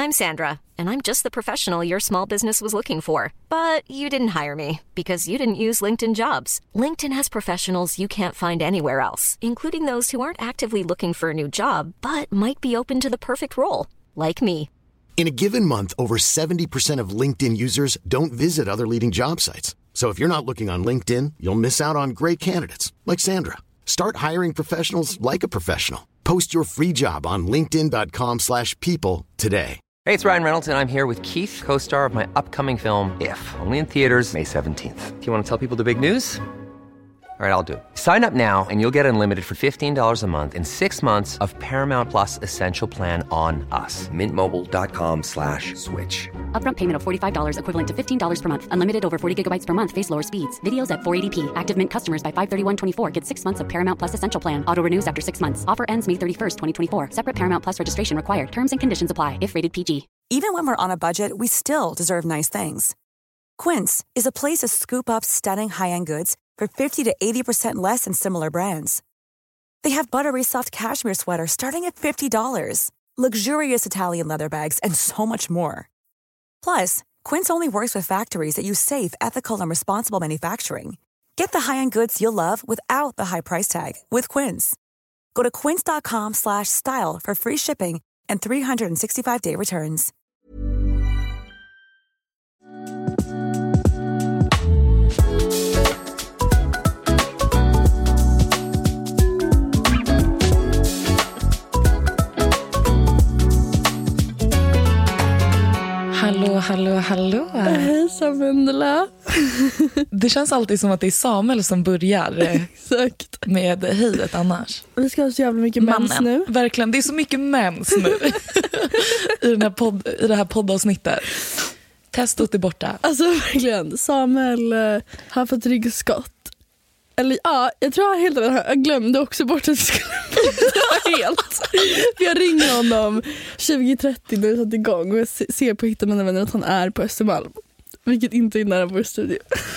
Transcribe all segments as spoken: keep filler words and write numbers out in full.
I'm Sandra, and I'm just the professional your small business was looking for. But you didn't hire me because you didn't use LinkedIn Jobs. LinkedIn has professionals you can't find anywhere else, including those who aren't actively looking for a new job, but might be open to the perfect role, like me. In a given month, over seventy percent of LinkedIn users don't visit other leading job sites. So if you're not looking on LinkedIn, you'll miss out on great candidates like Sandra. Start hiring professionals like a professional. Post your free job on linkedin dot com slash people today. Hey, it's Ryan Reynolds, and I'm here with Keith, co-star of my upcoming film, If, only in theaters May seventeenth. Do you want to tell people the big news? All right, I'll do it. Sign up now and you'll get unlimited for fifteen dollars a month and six months of Paramount Plus Essential Plan on us. Mint Mobile dot com slash switch. Upfront payment of forty-five dollars equivalent to fifteen dollars per month. Unlimited over forty gigabytes per month. Face lower speeds. Videos at four eighty p. Active Mint customers by five thirty-one twenty-four get six months of Paramount Plus Essential Plan. Auto renews after six months. Offer ends May thirty-first, twenty twenty-four. Separate Paramount Plus registration required. Terms and conditions apply if rated P G. Even when we're on a budget, we still deserve nice things. Quince is a place to scoop up stunning high-end goods for fifty to eighty percent less than similar brands. They have buttery soft cashmere sweaters starting at fifty dollars, luxurious Italian leather bags, and so much more. Plus, Quince only works with factories that use safe, ethical, and responsible manufacturing. Get the high-end goods you'll love without the high price tag with Quince. Go to quince dot com slash style for free shipping and three sixty-five day returns. Hallå, hallå, hallå. Hej Samundla. Det känns alltid som att det är Samuel som börjar Exakt. med hejet annars. Vi ska ha så jävla mycket mens Mannen. nu. Verkligen, det är så mycket mens nu i, den här podd, i det här poddavsnittet. Testot är borta. Alltså verkligen, Samuel uh, har fått ryggskott. Eller ja, jag tror helt att jag glömde också bort att jag skulle helt. För jag ringer honom tjugo trettio när vi satt igång och jag ser på Hitta mina vänner att han är på Östermalm. Vilket inte är nära vår studio.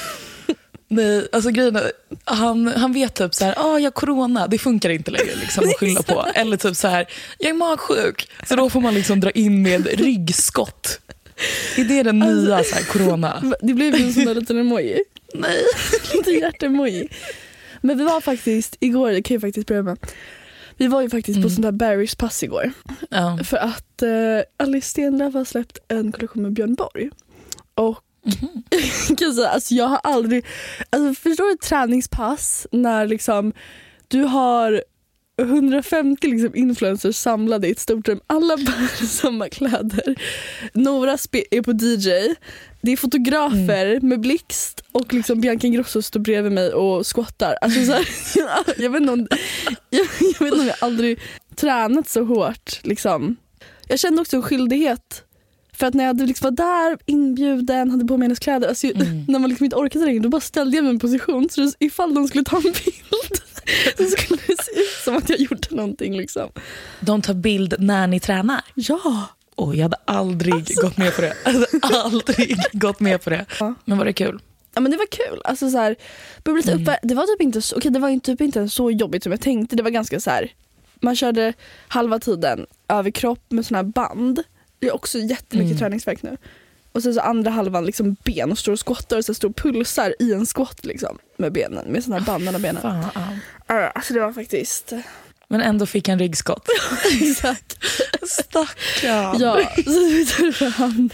Nej, alltså grejen är, han, han vet typ så här, ah, jag har corona, det funkar inte längre liksom att skylla på. Eller typ så här, jag är magsjuk. Så då får man liksom dra in med ryggskott. Är det den nya så här, corona? Det blev ju en sån där liten emoji. Nej, lite hjärtemoji. Men vi var faktiskt igår, det kan jag faktiskt börja med. Vi var ju faktiskt mm. på sån där Barry's pass igår. Ja. För att uh, Alice Stenlöf har släppt en kollektion med Björn Borg. Och mm. kan jag säga, alltså jag har aldrig, alltså förstår du ett träningspass när liksom du har hundrafemtio liksom influencers samlade i ett stort rum. Alla bär samma kläder. Några är på D J. Det är fotografer mm. med blixt och liksom Bianca Ingrosso står bredvid mig och squattar. Alltså så här, jag vet inte om jag, jag vet inte om jag aldrig tränat så hårt liksom. Jag kände också en skyldighet för att när jag liksom var där inbjuden, hade på mig hennes kläder, alltså mm. när man liksom inte orkade längre, då bara ställde jag mig i en position så ifall de skulle ta en bild så skulle det se ut som att jag gjorde någonting liksom. De tar bild när ni tränar? Ja. Åh, jag hade aldrig alltså. gått med på det. Jag hade aldrig gått med på det. Ja. Men var det kul? Ja, men det var kul. Alltså så här, bubbligt mm. uppe. Det var typ inte så, okej, det var ju typ inte så jobbigt som jag tänkte. Det var ganska så här, man körde halva tiden över kropp med såna här band. Det är också jättemycket mm. träningsverk nu. Och sen så andra halvan liksom ben och står och skottar och så står och pulsar i en skott liksom med benen, med såna här band mellan benen. Fan. Uh, alltså det var faktiskt. Men ändå fick han ryggskott. Exakt. Stackarn. Ja, så vet du för han.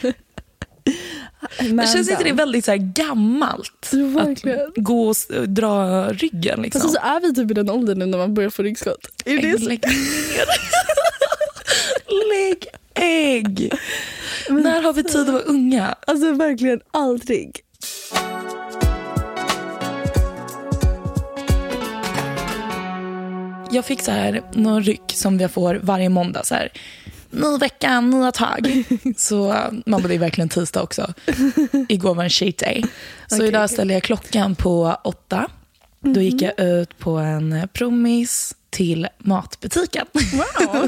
Men känns inte det väldigt så här gammalt att gå och dra ryggen liksom? Fast så är vi typ i den åldern nu när man börjar få ryggskott. Är det så? Lägg ner. Lägg ägg. Men när har vi tid att vara unga? Alltså verkligen aldrig. Jag fick så här någon ryck som jag får varje måndag så här. Ny vecka, nya tag. Så man det är verkligen tisdag också. Igår var en cheat day. Så okay, idag ställde jag klockan på åtta. Mm-hmm. Då gick jag ut på en promis till matbutiken. Wow.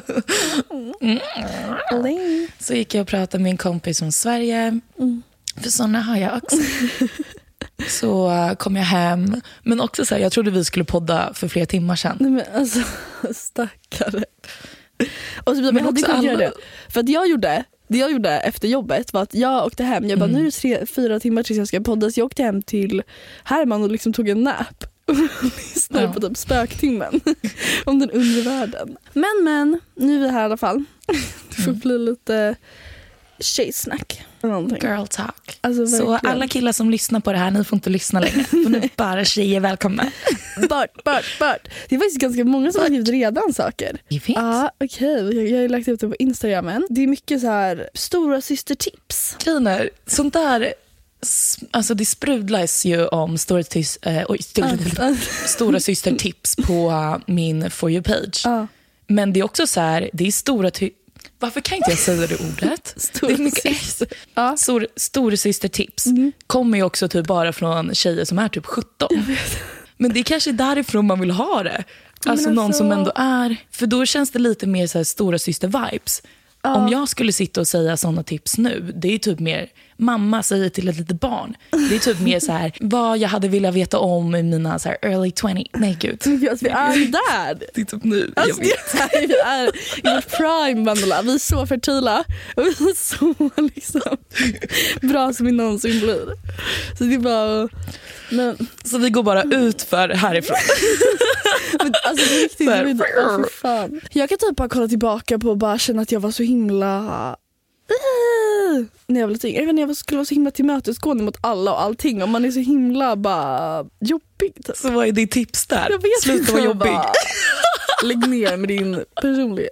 Mm. Så gick jag och pratade med en kompis från Sverige. Mm. För sådana har jag också. Så kom jag hem. Men också så här, jag trodde vi skulle podda för flera timmar sedan. Nej, men alltså, stackare. Och så, men hade kunnat alla... göra det. För att jag gjorde Det jag gjorde efter jobbet var att jag åkte hem. Jag bara, mm. nu är det tre, fyra timmar tills jag ska podda. Så jag åkte hem till Herman och liksom tog en nap. Och lyssnade ja. på typ spöktimmen om den undre världen. Men men, nu är vi här i alla fall. Det får mm. bli lite tjejsnack. Girl talk. Alltså, så alla killar som lyssnar på det här, ni får inte lyssna längre. För nu bara tjejer välkomna. Bart, Bart, Bart. Det är faktiskt ganska många som har skrivit redan saker. Jag vet. Ja, okej. Okay. Jag, jag har lagt ut det på Instagramen. Det är mycket så här stora systertips. Kliner, sånt där. Alltså det sprudlas ju om stora, tis, äh, oj, stora, stora systertips på min For You-page. Uh. Men det är också så här, det är stora ty- varför kan inte jag säga det ordet? Stor det är mycket ja. Stor, storasystertips mm. kommer ju också typ bara från tjejer som är typ sjutton. Men det är kanske därifrån man vill ha det. Alltså, alltså någon som ändå är, för då känns det lite mer så här storasyster-vibes. Ja. Om jag skulle sitta och säga såna tips nu, det är typ mer mamma säger till ett litet barn. Det är typ mer så här vad jag hade velat veta om i mina så här early tjugo. Nej gud. Alltså, vi är där. Det är typ nu. Alltså, vi är i vårt prime, Mandela. Vi är så fertila. Och vi är så liksom bra som vi någonsin blir. Så det är bara... Men... Så vi går bara ut för härifrån. Men, alltså det är riktigt. Det är, oh, fan. Jag kan typ bara kolla tillbaka på och bara känna att jag var så himla... Uh, när jag var lite yngre. Jag vet inte, jag skulle vara så himla tillmötesgående mot alla och allting. Och man är så himla bara jobbig typ. Så vad är ditt tips där? Jag vet Sluta vara jobbig. Bara, lägg ner med din personlighet.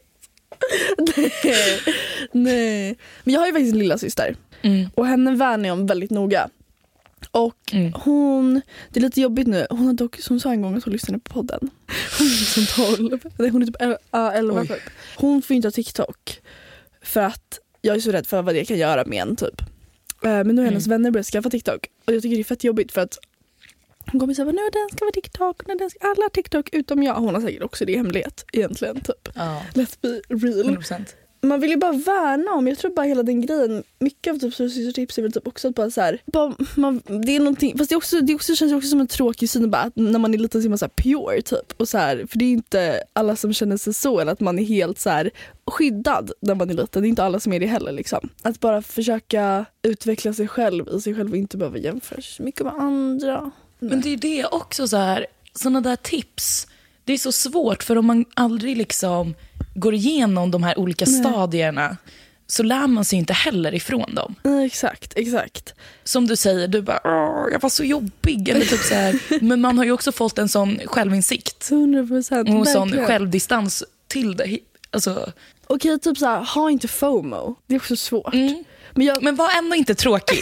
Nej. Nej. Men jag har ju faktiskt en lilla syster. Mm. Och henne värnar jag om väldigt noga. Och mm. hon, det är lite jobbigt nu. Hon har dock, som sa en gång att hon lyssnade på podden. Hon är liksom tolv. Hon är typ elva. Hon får inte ha TikTok. För att jag är så rädd för vad det kan göra med en typ. Men nu har hennes mm. vänner börjat skaffa TikTok. Och jag tycker det är fett jobbigt för att hon kommer säga, nu den ska vara TikTok, när den ska, alla TikTok utom jag. Hon har säkert också det i hemlighet egentligen typ. Ja. Let's be real. hundra procent. Man vill ju bara värna om, jag tror bara hela den grejen, mycket av typ systertips är väl typ också att bara så här, bara, man, det är någonting, fast det, också, det också känns också som en tråkig syn bara att när man är lite så här pure typ och så här, för det är inte alla som känner sig så, eller att man är helt så här skyddad när man är liten, det är inte alla som är det heller liksom. Att bara försöka utveckla sig själv i sig själv och inte behöva jämföra så mycket med andra. Nej. Men det är det också så här, såna där tips, det är så svårt för om man aldrig liksom går igenom de här olika Nej. stadierna så lär man sig inte heller ifrån dem. Mm, exakt, exakt. Som du säger, du bara, åh, jag var så jobbig. Eller typ så här. Men man har ju också fått en sån självinsikt. hundra procent. Och en sån självdistans till det. Alltså. Okej, typ så här, ha inte FOMO. Det är också svårt. Mm. Men, jag... Men var ändå inte tråkig.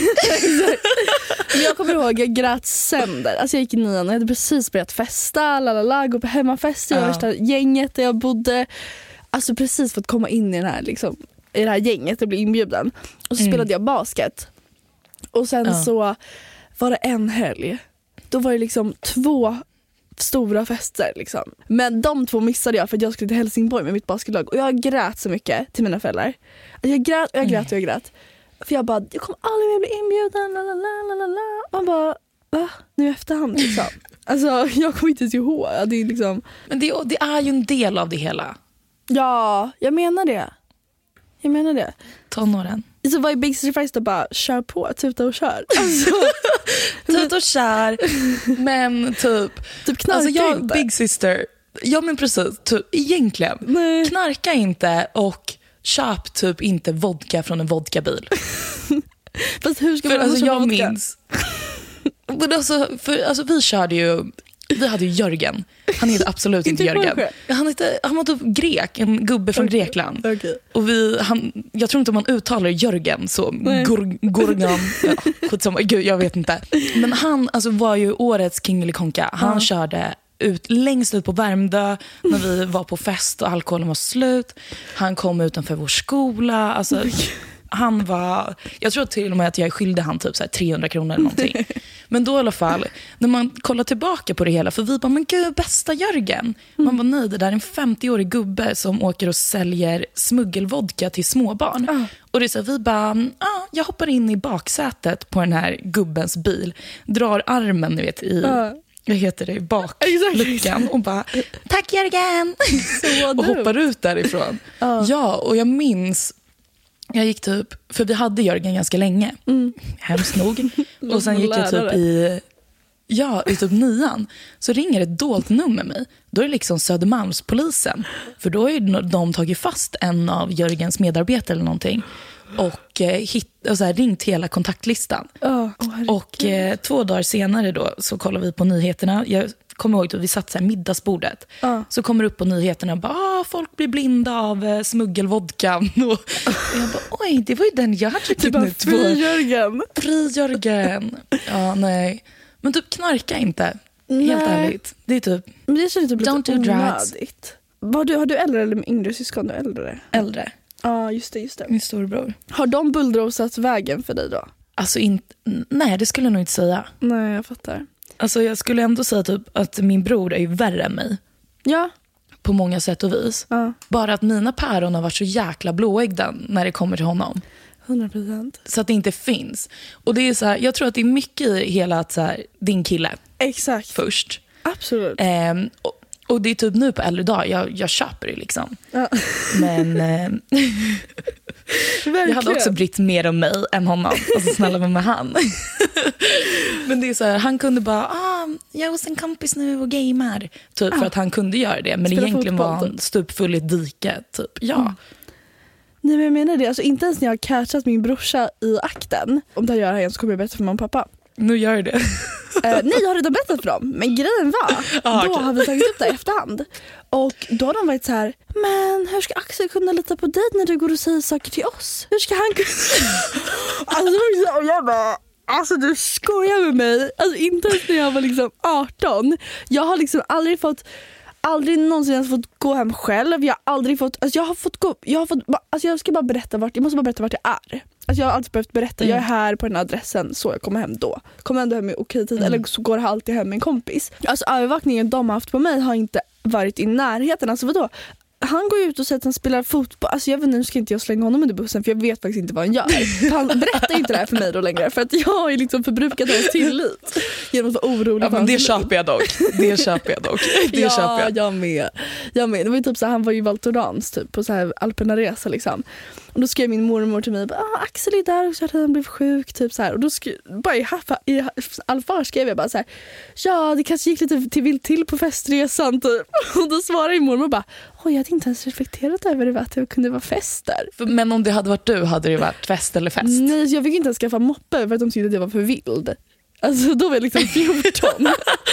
Men jag kommer ihåg, jag grät sönder. Alltså jag gick i nian och jag hade precis börjat festa, lalala, gå på hemmafest i uh. värsta gänget där jag bodde. Alltså precis för att komma in i den här liksom, i det här gänget och bli inbjuden. Och så mm. spelade jag basket. Och sen uh. så var det en helg. Då var det liksom två stora fester liksom. Men de två missade jag för att jag skulle till Helsingborg med mitt basketlag. Och jag grät så mycket till mina föräldrar. Jag grät och jag grät och jag grät. För jag bara, jag kommer aldrig mer bli inbjuden. Lalalala. Man bara, va? Nu i efterhand liksom. Alltså jag kommer inte ens ihåg. Det är liksom... Men det, det är ju en del av det hela. Ja, jag menar det. Jag menar det. Tonåren. Så var ju Big Sister Fest och bara, kör på, tuta och kör. Alltså, tuta och kör. Men typ, typ knarka alltså jag, inte. Big Sister, ja men precis, typ, egentligen. Nej. Knarka inte och köp typ inte vodka från en vodkabil. Fast hur ska för man alltså jag vodka? minns. Men alltså, för, alltså vi körde ju, vi hade ju Jörgen. Han heter absolut inte Jörgen. Han, heter, han var typ grek, en gubbe från okay. Grekland. Okay. Och vi, han, jag tror inte om man uttalar Jörgen så Gorgan. Gorgan ja, skitsamma, gud jag vet inte. Men han alltså, var ju årets King eller Konka. Han uh. körde ut, längst ut på Värmdö när vi var på fest och alkoholen var slut. Han kom utanför vår skola. Alltså, han var, jag tror till och med att jag skylde han typ så här trehundra kronor eller någonting. Men då i alla fall, när man kollar tillbaka på det hela, för vi bara, men gud, bästa Jörgen. Man var nej, det där är en femtio-årig gubbe som åker och säljer smuggelvodka till småbarn. Uh. Och det är så här, vi bara, ah, jag hoppar in i baksätet på den här gubbens bil, drar armen, ni vet, i... Uh. Jag heter det i bakluckan och bara, tack Jörgen! Och hoppar ut därifrån. Uh. Ja, och jag minns Jag gick typ, för vi hade Jörgen ganska länge. Mm. Hemskt nog. Och sen gick jag typ i, ja, i typ nian. Så ringer ett dolt nummer mig. Då är det liksom Södermalmspolisen. För då har de tagit fast en av Jörgens medarbetare eller någonting. Och, eh, hit, och så här, ringt hela kontaktlistan. Oh, oh, och eh, två dagar senare då så kollar vi på nyheterna. Jag kommer ihåg att vi satt så här middagsbordet. Uh. Så kommer det upp på nyheterna och bara, ah, folk blir blinda av eh, smuggelvodkan. Och, och jag bara, oj, det var ju den jag hade druckit nu. Fri Jörgen. Fri Jörgen. Ja, nej. Men typ knarka inte. Nej. Helt ärligt. Det är typ, men det känns typ don't lite onödigt. Har du, har du äldre eller yngre syskon? Du äldre? Äldre. Ja, ah, just det, just det. Min storbror. Har de bulldozerat vägen för dig då? Alltså, in, nej, det skulle jag nog inte säga. Nej, jag fattar. Alltså, jag skulle ändå säga typ att min bror är ju värre än mig. Ja. På många sätt och vis. Ja. Bara att mina päron har varit så jäkla blåögda när det kommer till honom. hundra procent. Så att det inte finns. Och det är så här, jag tror att det är mycket i hela att så här, din kille. Exakt. Först. Absolut. Ehm, och, och det är typ nu på äldre dag, jag, jag köper det liksom. Ja. Men eh, jag hade också brytt mer om mig än honom. Alltså snälla med mig han. Men det är så här, han kunde bara, ah, jag är hos en kompis nu och gamer. Typ för att han kunde göra det. Men Spela egentligen fotboll, var han stupfull i ett dike. Typ, ja. Mm. Nej, men jag menar det, alltså inte ens när jag har catchat min brorsa i akten. Om det här gör igen så kommer jag berätta för mamma och pappa. Nu gör det. uh, nej, jag har redan berättat för dem. Men grejen var, ah, då okay. har vi tagit upp det i efterhand. Och då har de varit så här, men hur ska Axel kunna lita på dig när du går och säger saker till oss? Hur ska han kunna... alltså, och jag bara, alltså du skojar med mig. Alltså inte ens när jag var liksom arton. Jag har liksom aldrig fått... aldrig någonsin ens fått gå hem själv. Jag har aldrig fått, alltså jag har fått gå, jag har fått, alltså jag ska bara berätta vart, jag måste bara berätta vart jag är. Alltså jag har alltid behövt berätta, mm. jag är här på den här adressen, så jag kommer hem då. Kommer ändå hem i okej tid, mm. eller så går jag alltid hem med en kompis. Alltså övervakningen de har haft på mig har inte varit i närheten, alltså vadå? Han går ut och säger att han spelar fotboll. Alltså jag vet inte, nu ska inte jag slänga honom under bussen för jag vet faktiskt inte vad han gör. Han berättar inte det här för mig då längre för att jag har ju liksom förbrukat hans tillit genom att vara orolig. Ja, men det köper jag dock. Det köper jag dock. Det ja, köper jag. jag med. Jag med. Det var ju typ så här, han var ju i Val Thorens typ på så här Alpenaresa liksom. Och då skrev min mormor till mig, ah, Axel är där och så att han blev sjuk typ så här. Och då skrev, bara i, i allfar skrev jag bara så här, ja det kanske gick lite till vilt till på festresan typ. Och då svarade min mormor bara, oj jag hade inte ens reflekterat över det, att det kunde vara fest där. Men om det hade varit du, hade det varit fest eller fest? Nej, jag fick inte ens skaffa moppe för att de tyckte att jag var för vild. Alltså då var jag liksom fjorton.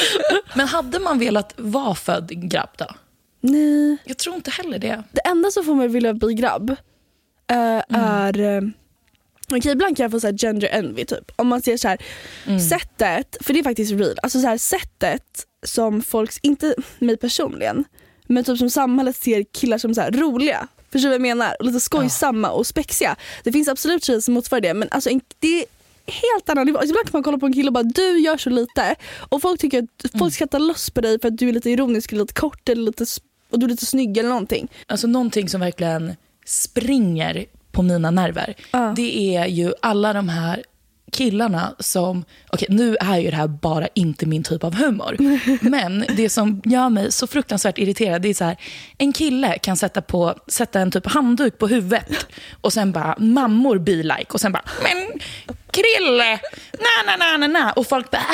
Men hade man velat vara född grabb då? Nej. Jag tror inte heller det. Det enda som får mig vilja bli grabb Uh, mm. är uh, okej, okay, ibland kan jag få så här gender envy typ. Om man ser så här mm. sättet, för det är faktiskt real. Alltså så här sättet som folk, inte mig personligen, men typ som samhället ser killar som så här roliga. Förstår du vad jag menar? Och lite skojsamma och spexiga. Det finns absolut tjejer som motsvarar det, men alltså det är helt annan nivå. Alltså, ibland kan man kolla på en kille och bara, du gör så lite. Och folk tycker att folk skrattar loss på dig för att du är lite ironisk, lite kort eller lite, och du är lite snygg eller någonting. Alltså någonting som verkligen springer på mina nerver. Uh. Det är ju alla de här killarna som, okej, nu är ju det här bara inte min typ av humor. Men det som gör mig så fruktansvärt irriterad, det är så här, en kille kan sätta på sätta en typ handduk på huvudet och sen bara mammor be like och sen bara, men Krille, na na na na na, och folk bara,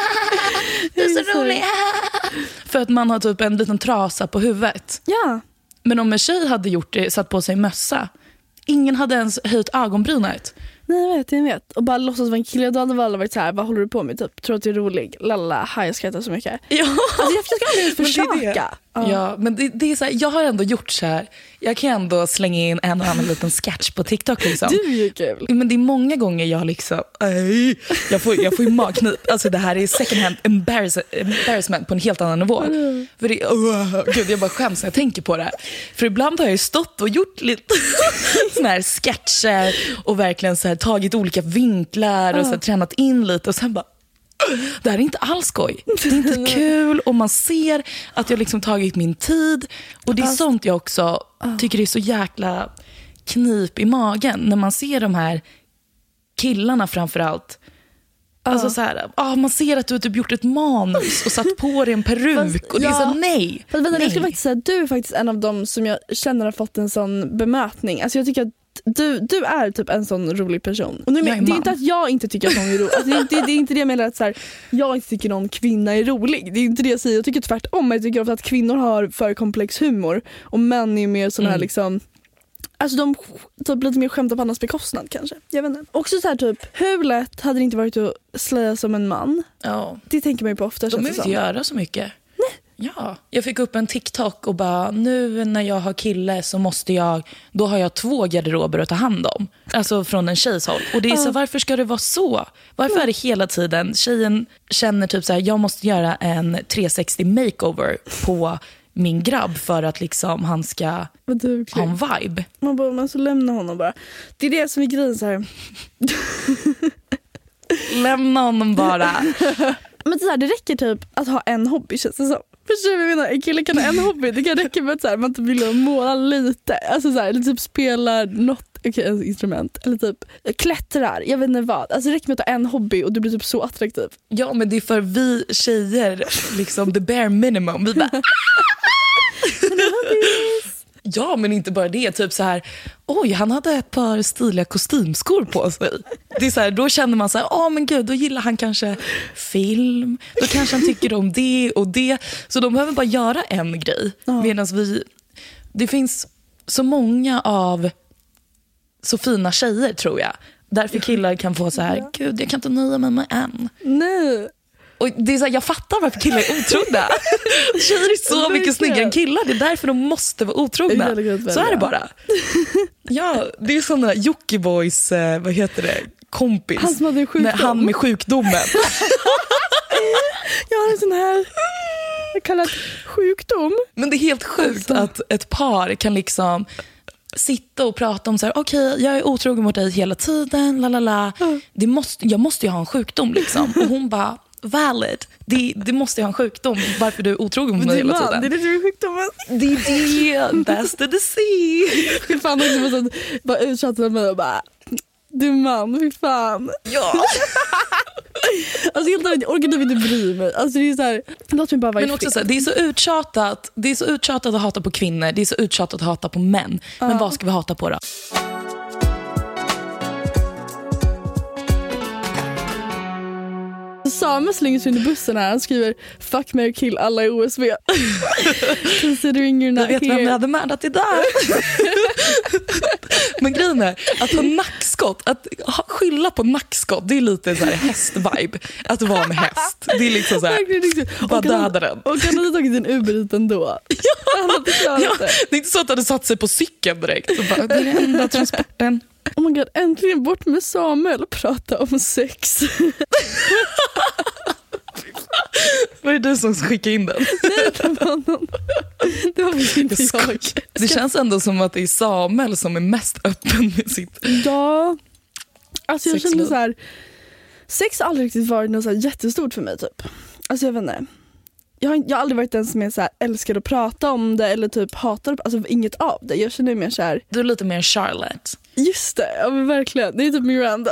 du är så rolig. För att man har typ en liten trasa på huvudet. Ja. Men om en tjej hade gjort det, satt på sig mössa, ingen hade ens höjt ögonbrynet. Nej, jag vet, jag vet. Och bara låtsas vara en kille, då hade alla varit så här, vad håller du på med? Typ, tror att du är rolig. Lalla, jag skrattar så mycket. Ja. Alltså jag ska aldrig försöka. Ja. ja, men det, det är så här, jag har ändå gjort så här. Jag kan ändå slänga in en och annan liten sketch på TikTok liksom. Du är ju kul. Men det är många gånger jag liksom, aj, jag får, jag får ju magknip. Alltså det här är second hand embarrass, embarrassment på en helt annan nivå. Mm. För det, oh, gud, jag bara skäms när jag tänker på det. För ibland har jag ju stått och gjort lite såna här sketcher och verkligen så här, tagit olika vinklar och så här, tränat in lite och sen bara, det här är inte alls skoj. Det är inte kul och man ser att jag liksom tagit min tid. Och det är sånt jag också tycker det är så jäkla knip i magen när man ser de här killarna framförallt. Alltså så här, ah, man ser att du har typ gjort ett manus och satt på dig en peruk. Fast, och det är så nej. Fast, vänta, nej. Jag skulle faktiskt säga att du är faktiskt en av dem som jag känner har fått en sån bemötning. Alltså jag tycker att du, du är typ en sån rolig person. Och nu, men, det är inte att jag inte tycker att någon är rolig. Alltså, det, det, det är inte det jag menar att så här, jag inte tycker någon kvinna är rolig. Det är inte det jag säger. Jag tycker tvärtom. Jag tycker ofta att kvinnor har för komplex humor och män är mer sån här mm. liksom... Alltså de typ lite mer skämtar på annans bekostnad kanske. Jag vet inte. Också så här typ, hur lätt hade det inte varit att slöja som en man? Ja. Det tänker man ju på ofta. De vill inte göra så mycket. Nej. Ja. Jag fick upp en TikTok och bara, nu när jag har kille så måste jag, då har jag två garderober att ta hand om. Alltså från en tjejs håll. Och det är så, varför ska det vara så? Varför är det hela tiden, tjejen känner typ så här, jag måste göra en trehundrasextio makeover på min grabb för att liksom han ska ha en vibe. Man bara, man så lämna honom bara. Det är det som är grejen så här. Lämna honom bara. Men så här, det räcker typ att ha en hobby, känns det som. Förstår du vad jag menar? En kille kan ha en hobby. Det kan räcka med att så här, man inte vill måla lite. Alltså så här, eller typ spelar något okay, ett instrument. Eller typ klättrar, jag vet inte vad. Alltså det räcker med att ha en hobby och du blir typ så attraktiv. Ja, men det är för vi tjejer liksom the bare minimum. Vi bara... Ja, men inte bara det. Typ så här, oj, han hade ett par stiliga kostymskor på sig. Det är så här, då känner man så här, åh men gud, då gillar han kanske film. Då kanske han tycker om det och det. Så de behöver bara göra en grej. Ja. Medan vi, det finns så många av så fina tjejer, tror jag. Därför killar kan få så här, gud, jag kan inte nöja mig med en. Nej. Och det är så här, jag fattar varför killar är otrogna. Tjejer är så mycket snyggare än killar. Det är därför de måste vara otrogna. Så är det bara. Ja, det är sån där Jockibboys, vad heter det, kompis. Han som hade sjukdom. Med han med sjukdomen. Jag har en sån här kallat sjukdom. Men det är helt sjukt alltså. Att ett par kan liksom sitta och prata om så här, okej, okay, jag är otrogen mot dig hela tiden, lalala. Mm. Det måste, jag måste ju ha en sjukdom liksom. Och hon bara, valid. Det, det måste jag ha en sjukdom. Varför du är otrogen mot mig hela tiden. Det är det du är sjukdomen. Det är det. That's the disease. Fy fan, också måste bara utchatta mig och bara, du man, fy fan. Ja. Alltså helt ärligt, jag orkar typ inte bry mig. Alltså det är så här, låt mig bara vara. Men också så här, det är så uttjatat. Det är så uttjatat att hata på kvinnor. Det är så uttjatat att hata på män. Men uh. vad ska vi hata på då? Samuel slänger sig in i bussen här. Han skriver, fuck, marry, kill, alla i O S V. Considering you're not jag vet here. vem jag hade märdat idag. Men grejen är att ha nackskott, att skylla på nackskott, det är lite så här hästvibe. Att vara med häst. Det är liksom så här, bara döda den. Och han hade tagit en Uber ändå. Ja, ja, det är inte så att han hade satt sig på cykeln direkt. Så bara, det är den enda transporten. Oh my god, äntligen bort med Samuel och prata om sex. Var det du som skickade in den? Nej, det var någon. Det var inte jag. Det känns ändå som att det är Samuel som är mest öppen med sitt. Ja, alltså jag känner så här, sex har aldrig riktigt varit något så här jättestort för mig typ. Alltså jag vet inte. Jag har, jag har aldrig varit den som är så här, älskar att prata om det eller typ hatar, alltså inget av det. Jag känner mer så här. Du är lite mer Charlotte. Just det, ja men verkligen. Det är typ Miranda.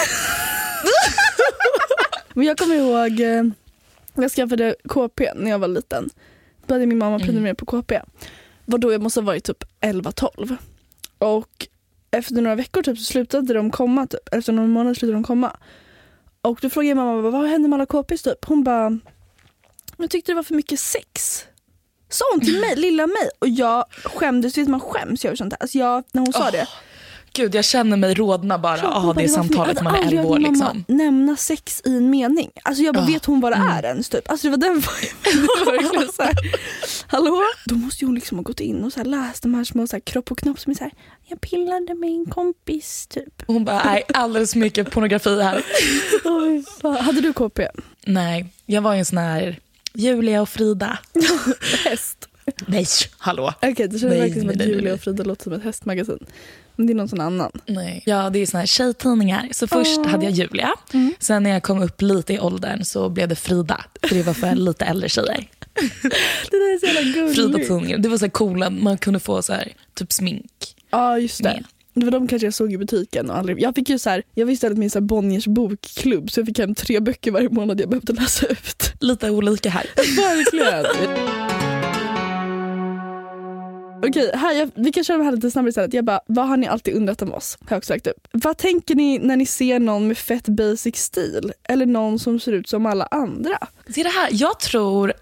Men jag kommer ihåg, jag skaffade K P när jag var liten. Började min mamma prenumerera mm. på K P. Var då jag måste ha varit typ elva tolv. Och efter några veckor typ så slutade de komma typ. Efter några månader slutade de komma. Och då frågade mamma, vad hände med alla K P:s typ? Hon bara, jag tyckte det var för mycket sex. Sa hon till mig, lilla mig. Och jag skämdes, vet man skäms jag sånt här. Alltså jag, när hon oh. sa det. Gud, jag känner mig rodna bara. Ja, ah, det är samtalet när man är elva år liksom. Nämna sex i en mening. Alltså jag bara, oh. vet hon vad det är ens typ. Alltså det var den var så här. Hallå? Då måste hon liksom ha gått in och så här läst de här små så här kropp och knopp som är så här, jag pillade med en kompis typ. Hon bara, nej, alldeles mycket pornografi här. Oj, fan. Hade du K P? Nej, jag var ju en sån här Julia och Frida. Häst. Nej, hallå. Okej, okay, det känns verkligen som att Julia och Frida låter som ett hästmagasin. Men det är någon sån annan. Nej. Ja, det är såna här tjejtidningar. Så först oh. hade jag Julia. Mm. Sen när jag kom upp lite i åldern så blev det Frida. För det var för lite äldre tjejer. Det där är så jävla gulligt. Frida-tidningar. Det var så här coola. Man kunde få så här, typ smink. Ja, ah, just det. Med. Det var de kanske jag såg i butiken. Och aldrig. Jag fick ju så här, jag visste att min så här Bonniers bokklubb. Så jag fick hem tre böcker varje månad jag behövde läsa ut. Lite olika här. Verkligen. Okej, här, jag, vi kan köra det här lite snabbare istället. Jag bara, vad har ni alltid undrat om oss? Har jag också lagt upp. Vad tänker ni när ni ser någon med fett basic stil? Eller någon som ser ut som alla andra? Se det här, jag tror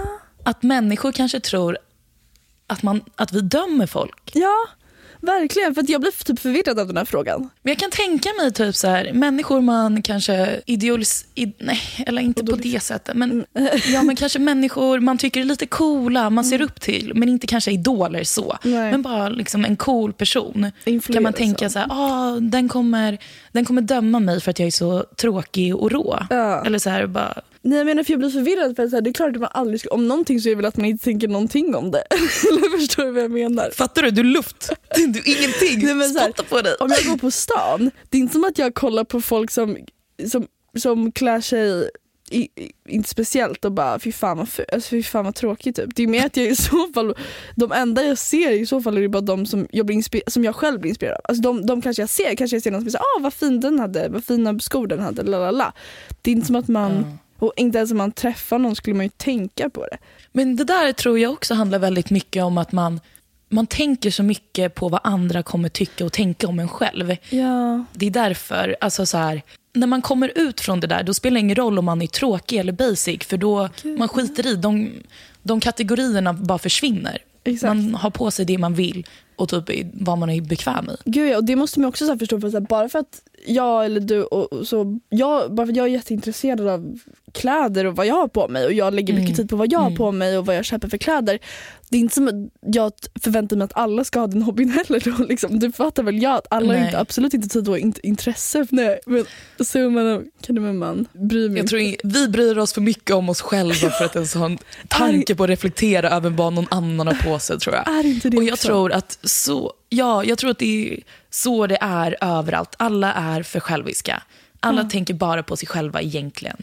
att människor kanske tror att, man, att vi dömer folk. Ja, verkligen. För att jag blir typ förvirrad av den här frågan. Men jag kan tänka mig typ så här, människor man kanske idealis... Id, nej, eller inte på det sättet. Men, ja, men kanske människor man tycker är lite coola, man ser upp till. Men inte kanske idoler så. Nej. Men bara liksom en cool person. Influencer. Kan man tänka så här, ah, den, kommer, den kommer döma mig för att jag är så tråkig och rå. Ja. Eller så här bara... Nej, jag menar, för jag blir förvirrad för att så här, det är klart att man aldrig ska, om någonting så är det väl att man inte tänker någonting om det. Eller förstår du vad jag menar? Fattar du? Du är luft. Du är ingenting. Nej, men så här, spotta på dig. Om jag går på stan, det är inte som att jag kollar på folk som, som, som klär sig i, i, inte speciellt och bara fy fan vad, för, alltså, fy fan vad tråkigt typ. Det är mer att jag i så fall, de enda jag ser i så fall är det bara de som jag, blir inspir- som jag själv blir inspirerad av. Alltså de, de kanske jag ser, kanske jag ser någon som säger, ah vad fin den hade, vad fina skor den hade, lalala. Det är inte som att man mm. Och inte ens om man träffar någon skulle man ju tänka på det. Men det där tror jag också handlar väldigt mycket om att man, man tänker så mycket på vad andra kommer tycka och tänka om en själv. Ja. Det är därför, alltså så här, när man kommer ut från det där, då spelar det ingen roll om man är tråkig eller basic. För då, Gud. man skiter i, de, de kategorierna bara försvinner. Exakt. Man har på sig det man vill och typ vad man är bekväm i. Gud, ja, och det måste man också så här förstå, för så här, bara för att jag eller du och så jag, bara för att jag är jätteintresserad av kläder och vad jag har på mig och jag lägger mycket mm. tid på vad jag har mm. på mig och vad jag köper för kläder. Det är inte som att jag förväntar mig att alla ska ha den hobbyn heller då, liksom. Du fattar väl jag att alla har inte, absolut inte tid och inte intresse. Nej, men så man kan det med man bryr mig. Jag tror in, vi bryr oss för mycket om oss själva för att ens ha en tanke på att reflektera över vad någon annan har på sig, tror jag. Är inte det och jag också? tror att så ja, jag tror att det är så det är överallt. Alla är för själviska. Alla mm. tänker bara på sig själva egentligen.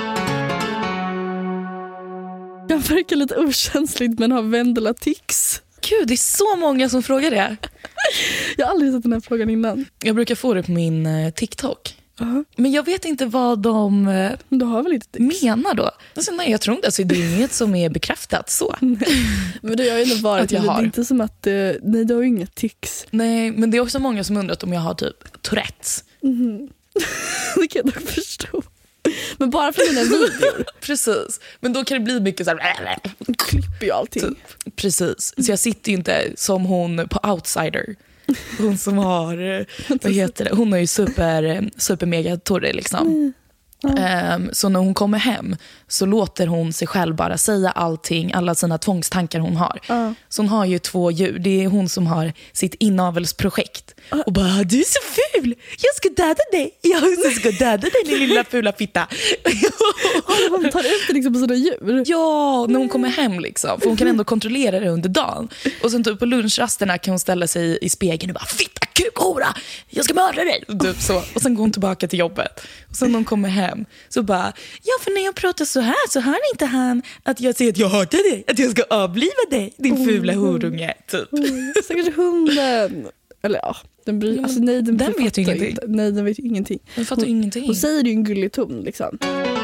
Jag verkar lite okänsligt men har Vendela-tics. Gud, det är så många som frågar det. Jag har aldrig sett den här frågan innan. Jag brukar få det på min eh, TikTok. Uh-huh. Men jag vet inte vad de eh, du har väl inte menar då. Alltså, nej, jag tror inte. Alltså, det är inget som är bekräftat så. Men det har ju ändå varit att jag det har. är inte som att eh, nej, du har ju inga tics. Nej, men det är också många som undrar om jag har typ Tourettes. Mm. Det kan jag dock förstå. Men bara för dina videor. Precis. Men då kan det bli mycket så här. Klipper ju allting. Typ. Precis. Så jag sitter ju inte som hon på Outsider. Hon som har, vad heter det? Hon är ju super, super mega torre liksom. Mm. Mm. Um, så när hon kommer hem så låter hon sig själv bara säga allting, alla sina tvångstankar hon har. Mm. Så hon har ju två djur. Det är hon som har sitt inavelsprojekt. Mm. Och bara, du är så ful! Jag ska döda dig! Jag ska döda dig, din lilla fula fitta. Hon tar ut det liksom på sina djur. Ja, när hon kommer hem liksom. För hon kan ändå kontrollera det under dagen. Och sen typ på lunchrasterna kan hon ställa sig i spegeln och bara, fitta, kuk, hora! Jag ska mörda dig! Typ så. Och sen går hon tillbaka till jobbet. Och sen när hon kommer hem så bara, ja, för när jag pratar så här så hör inte han att jag säger att jag hatar dig, att jag ska avliva dig, din fula horunge typ. Mm, säkert hunden. Eller ja, den bryr, alltså, nej, den, den vet ju ingenting. Inte. Nej, den vet ju ingenting. Den fattar hon, ingenting. Hon säger ju en gullig ton liksom.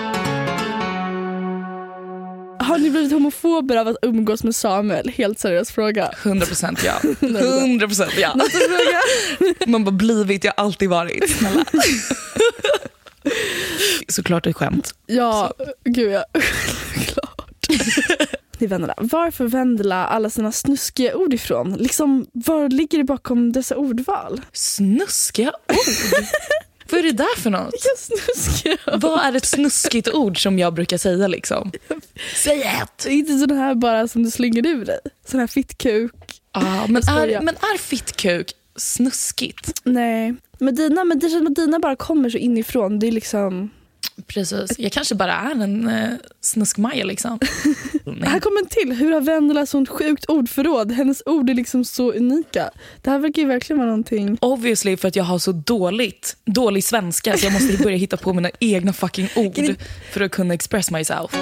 Har ni blivit homofober av att umgås med Samuel? Helt seriös fråga. hundra procent ja. hundra procent ja. Man bara blivit, jag har alltid varit. Snälla. Såklart ett skämt. Ja, så. Gud ja. Klart. Det är Vendela. Varför Vendela alla sina snuskiga ord ifrån? Liksom, var ligger det bakom dessa ordval? Snuskiga ord? Vad är det där för något? Ja, snuskiga ord. Vad är ett snuskigt ord som jag brukar säga liksom? Säg ett! Inte sån här bara som du slänger ur dig. Sån här fittkuk. Ah, men, är, men är fittkuk snuskigt? Nej. Men dina, men det känns att dina bara kommer så inifrån. Det är liksom... Precis. Jag kanske bara är en eh, snuskmaja liksom. Här kommer en till. Hur har Vendela sånt sjukt ordförråd? Hennes ord är liksom så unika. Det här verkar ju verkligen vara någonting. Obviously för att jag har så dåligt dålig svenska så jag måste börja hitta på mina egna fucking ord ni... för att kunna express myself.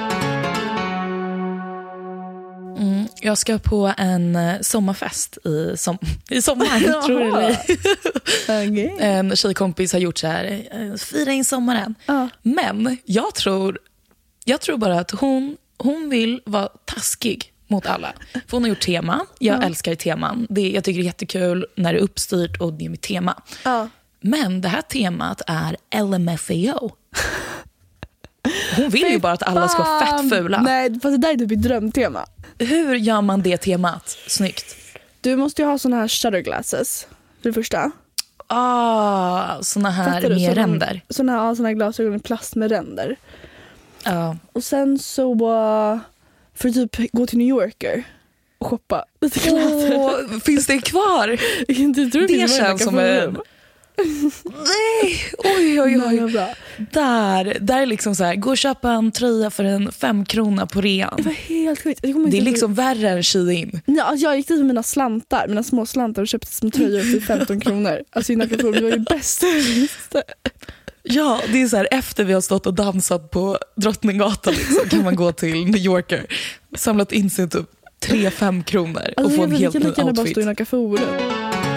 Mm, jag ska på en sommarfest i, som, i sommar, tror du det? Okay. En tjejkompis har gjort så här, fira in sommaren. Uh. Men jag tror, jag tror bara att hon, hon vill vara taskig mot alla. För hon har gjort tema. Jag ja. älskar teman. Det, jag tycker det är jättekul när det är uppstyrt och det är mitt tema. Ja. Men det här temat är L M F A O. Hon vill ju bara att alla ska vara fett fula. Nej, fast det där är typ ett drömtema. Hur gör man det temat snyggt? Du måste ju ha såna här shutter glasses, för det första. Ah, såna här med såna, ränder. Såna här, ja, såna här glasögon i plast med ränder. Ja. Uh. Och sen så uh, för typ gå till New Yorker och shoppa lite kläder. Oh, finns det kvar? Inte tror det känns som en... Nej, oj oj oj. Nej, där, där är liksom så här, gå och köpa en tröja för en fem krona på rean. Det var helt sjukt. Det är liksom värre än Shein. Ja, alltså jag gick dit med mina slantar, mina små slantar och köpte små tröjor för femton kronor. Alltså innan jag det var ju bästa. Ja, det är så här, efter vi har stått och dansat på Drottninggatan liksom, kan man gå till New Yorker, samlat in sig typ tre fem kronor och alltså, få en helt ny outfit. Bara stå i Nacka Forum.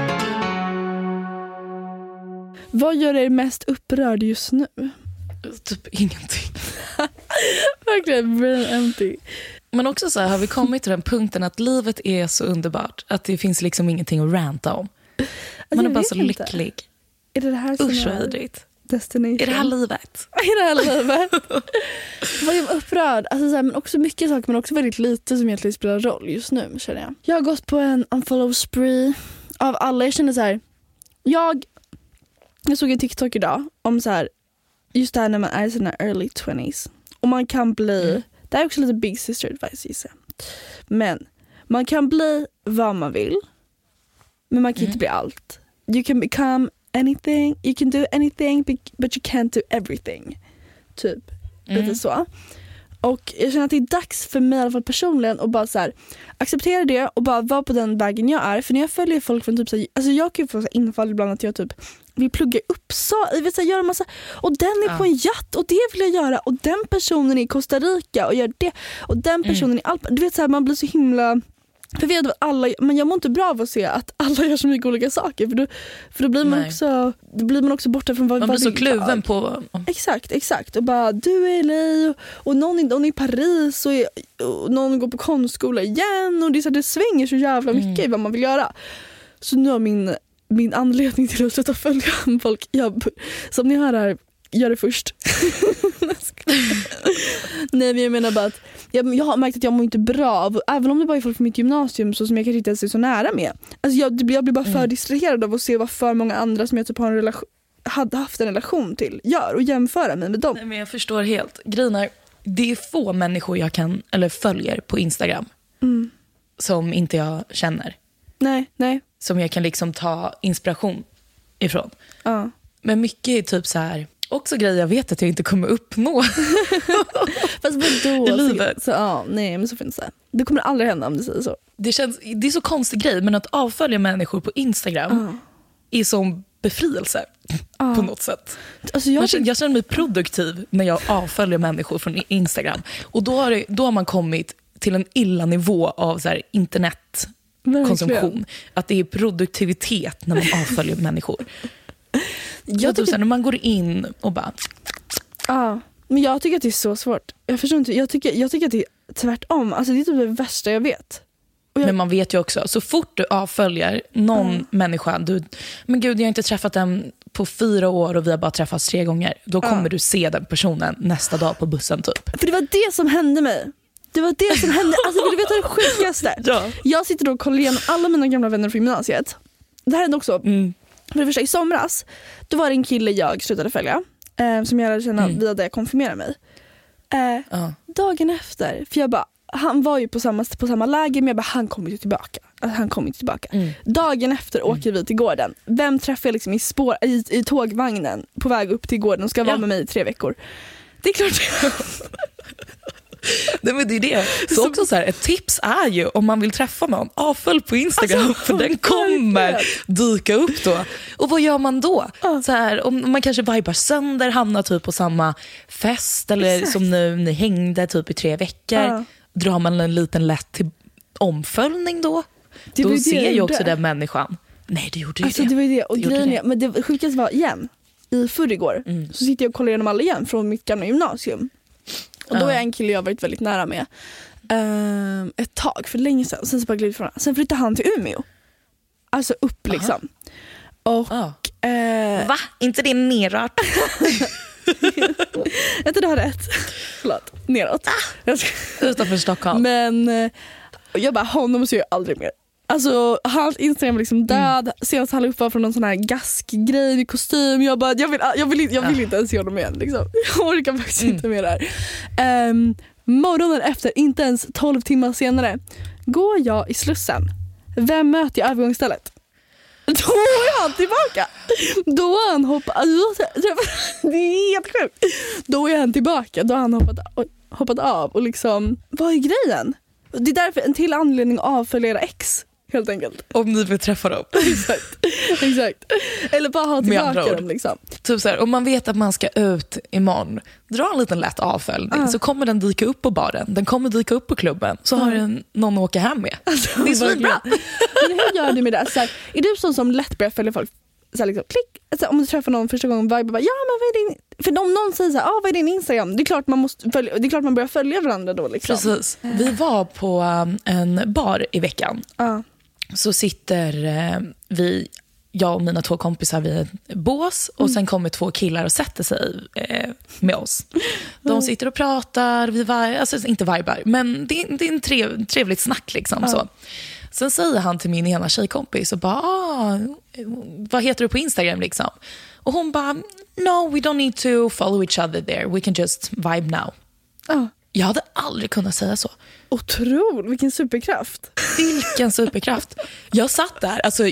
Vad gör dig mest upprörd just nu? Typ ingenting. Verkligen brain empty. Men också så här, har vi kommit till den punkten att livet är så underbart att det finns liksom ingenting att ranta om. Man alltså, är bara så inte. lycklig. Är det det här som Usch, vad vidrigt. Destination? Är det här livet? Är det här livet? Vad är jag upprörd? Alltså, så här, men också mycket saker, men också väldigt lite som egentligen spelar roll just nu, känner jag. Jag har gått på en unfollow spree av alla. Jag känner så här, jag Jag såg en TikTok idag om så här, just det här när man är i sina early twenties. Och man kan bli, mm. det är också lite big sister advice gissar. Men man kan bli vad man vill. Men man kan mm. inte bli allt. You can become anything, you can do anything but you can't do everything. Typ, mm. lite så. Och jag känner att det är dags för mig i alla fall personligen att bara så här, acceptera det och bara vara på den vägen jag är. För när jag följer folk från typ så här, alltså jag kan ju få så infall ibland att jag typ vill plugga upp så, jag vill så här, göra massa, och den är ja. på en jatt och det vill jag göra, och den personen är i Costa Rica och gör det, och den personen mm. i Alperna. Du vet så här, man blir så himla förvirrad av alla, men jag mår inte bra av att se att alla gör så mycket olika saker, för då, för då blir man Nej. också då blir man också borta från vad man vad blir så kluven på. Exakt, exakt. Och bara du är i L A och, och någon, någon är i Paris och, är, och någon går på konstskola igen, och det, är så här, det svänger så jävla mycket mm. i vad man vill göra. Så nu har min min anledning till att sluta följa folk jag, som ni hör här, gör det först. Nej, men jag menar bara att jag, jag har märkt att jag mår inte bra av, även om det bara är folk från mitt gymnasium så som jag kanske inte ens är så nära med. Alltså jag, jag blir bara för mm. distraherad av att se vad för många andra som jag typ har en relation, hade haft en relation till gör och jämföra mig med dem. Nej, men jag förstår helt. Grejen är, det är få människor jag kan eller följer på Instagram mm. som inte jag känner. Nej, nej. Som jag kan liksom ta inspiration ifrån. Ja. Men mycket är typ så här, också grejer jag vet att jag inte kommer uppnå. Fast vadå? I livet. Så, ja, nej, men så finns det. Det kommer aldrig hända om du säger så. Det, känns, det är så konstig grej, men att avfölja människor på Instagram uh. är som befrielse uh. på något sätt. Alltså jag, känner, jag känner mig produktiv när jag avföljer människor från Instagram. Och då har, det, då har man kommit till en illa nivå av så här internet konsumtion, att det är produktivitet när man avföljer människor. Jag tycker så när man går in och bara ja, men jag tycker att det är så svårt. Jag förstår inte, jag tycker jag tycker att det är tvärtom. Alltså det är typ det värsta jag vet. Och jag... Men man vet ju också, så fort du avföljer någon mm. människa, du, men gud, jag har inte träffat den på fyra år och vi har bara träffats tre gånger, då kommer ja. du se den personen nästa dag på bussen typ. För det var det som hände mig. Det var det som hände. Alltså vill du veta det sjukaste? Ja. Jag sitter då och kollar igenom alla mina gamla vänner från gymnasiet. Det här hände också. Mm. För det första, i somras, då var det en kille jag slutade följa. Eh, som jag lärde känna mm. via där jag konfirmerade mig. Eh, uh. Dagen efter, för jag bara, han var ju på samma, på samma läger, men jag bara, han kommer ju tillbaka. Alltså, han kommer inte tillbaka. Mm. Dagen efter mm. åker vi till gården. Vem träffar jag liksom i, spår, i, i tågvagnen på väg upp till gården och ska ja. vara med mig i tre veckor? Det är klart. Nej, men det är det. Så också så här, ett tips är ju om man vill träffa någon, avfölj på Instagram, alltså, för den kommer dyka upp då. Och vad gör man då? Uh. Så här, om man kanske vibar sönder, hamnar typ på samma fest eller Exakt. som nu ni hängde typ i tre veckor. Uh. Drar man en liten lätt till omföljning då? Det då ser jag ju också den människan. Nej, det gjorde ju alltså, det. det var ju det. Och det grejen är, men det sjukaste var igen, i förrgår mm. så sitter jag och kollar igenom alla igen från mitt gamla gymnasium. Och då är en kille jag varit väldigt nära med. um, ett tag för länge sedan. Sen så bara glidit från. Sen flyttade han till Umeå. Alltså upp liksom. Aha. Och oh. eh, va? Inte det neråt? Jag tror du har rätt. Förlåt, neråt. Ah. Utanför Stockholm. Men eh, jag bara, honom ser jag aldrig mer. Alltså hans Instagram är liksom död. Mm. Senast han la upp var från någon sån här gaskgrej i kostym. Jag bara, jag vill, jag vill, jag vill inte ens se honom igen liksom. Jag orkar faktiskt mm. inte med det här. um, Morgonen efter, inte ens tolv timmar senare, går jag i Slussen. Vem möter jag i övergångsstället? Då är han tillbaka. Då har han hoppat. Alltså, det är helt sjukt. Då är han tillbaka. Då har han hoppat, hoppat av. Och liksom, vad är grejen? Det är därför en till anledning att avfölja era ex. Helt enkelt. Om ni vill träffa dem. Exakt. Exakt. Eller bara ha tillbaka dem liksom. Typ så här, om man vet att man ska ut imorgon, dra en liten lätt avföljning. Uh. Så kommer den dyka upp på baren. Den kommer dyka upp på klubben. Så uh. har den någon att åka hem med. Alltså, det är så bra. Men hur gör du med det? Så här, är du sån som lätt börjar följa folk? Så här, liksom, klick. Alltså, om du träffar någon första gången, vibe, bara, ja men vad är din... För om någon säger så här, ah, vad är din Instagram? Det är klart man måste följa, det är klart man börjar följa varandra då liksom. Precis. Vi var på um, en bar i veckan. Uh. Så sitter eh, vi, jag och mina två kompisar vid ett bås. Och mm. sen kommer två killar och sätter sig eh, med oss. De mm. sitter och pratar, vi var, alltså inte vibar, men det, det är en trev, trevligt snack liksom. Mm. Så. Sen säger han till min ena tjejkompis och bara, ah, vad heter du på Instagram liksom? Och hon bara, no, we don't need to follow each other there. We can just vibe now. Mm. Jag hade aldrig kunnat säga så. Otroligt, vilken superkraft. Vilken superkraft. Jag satt där, alltså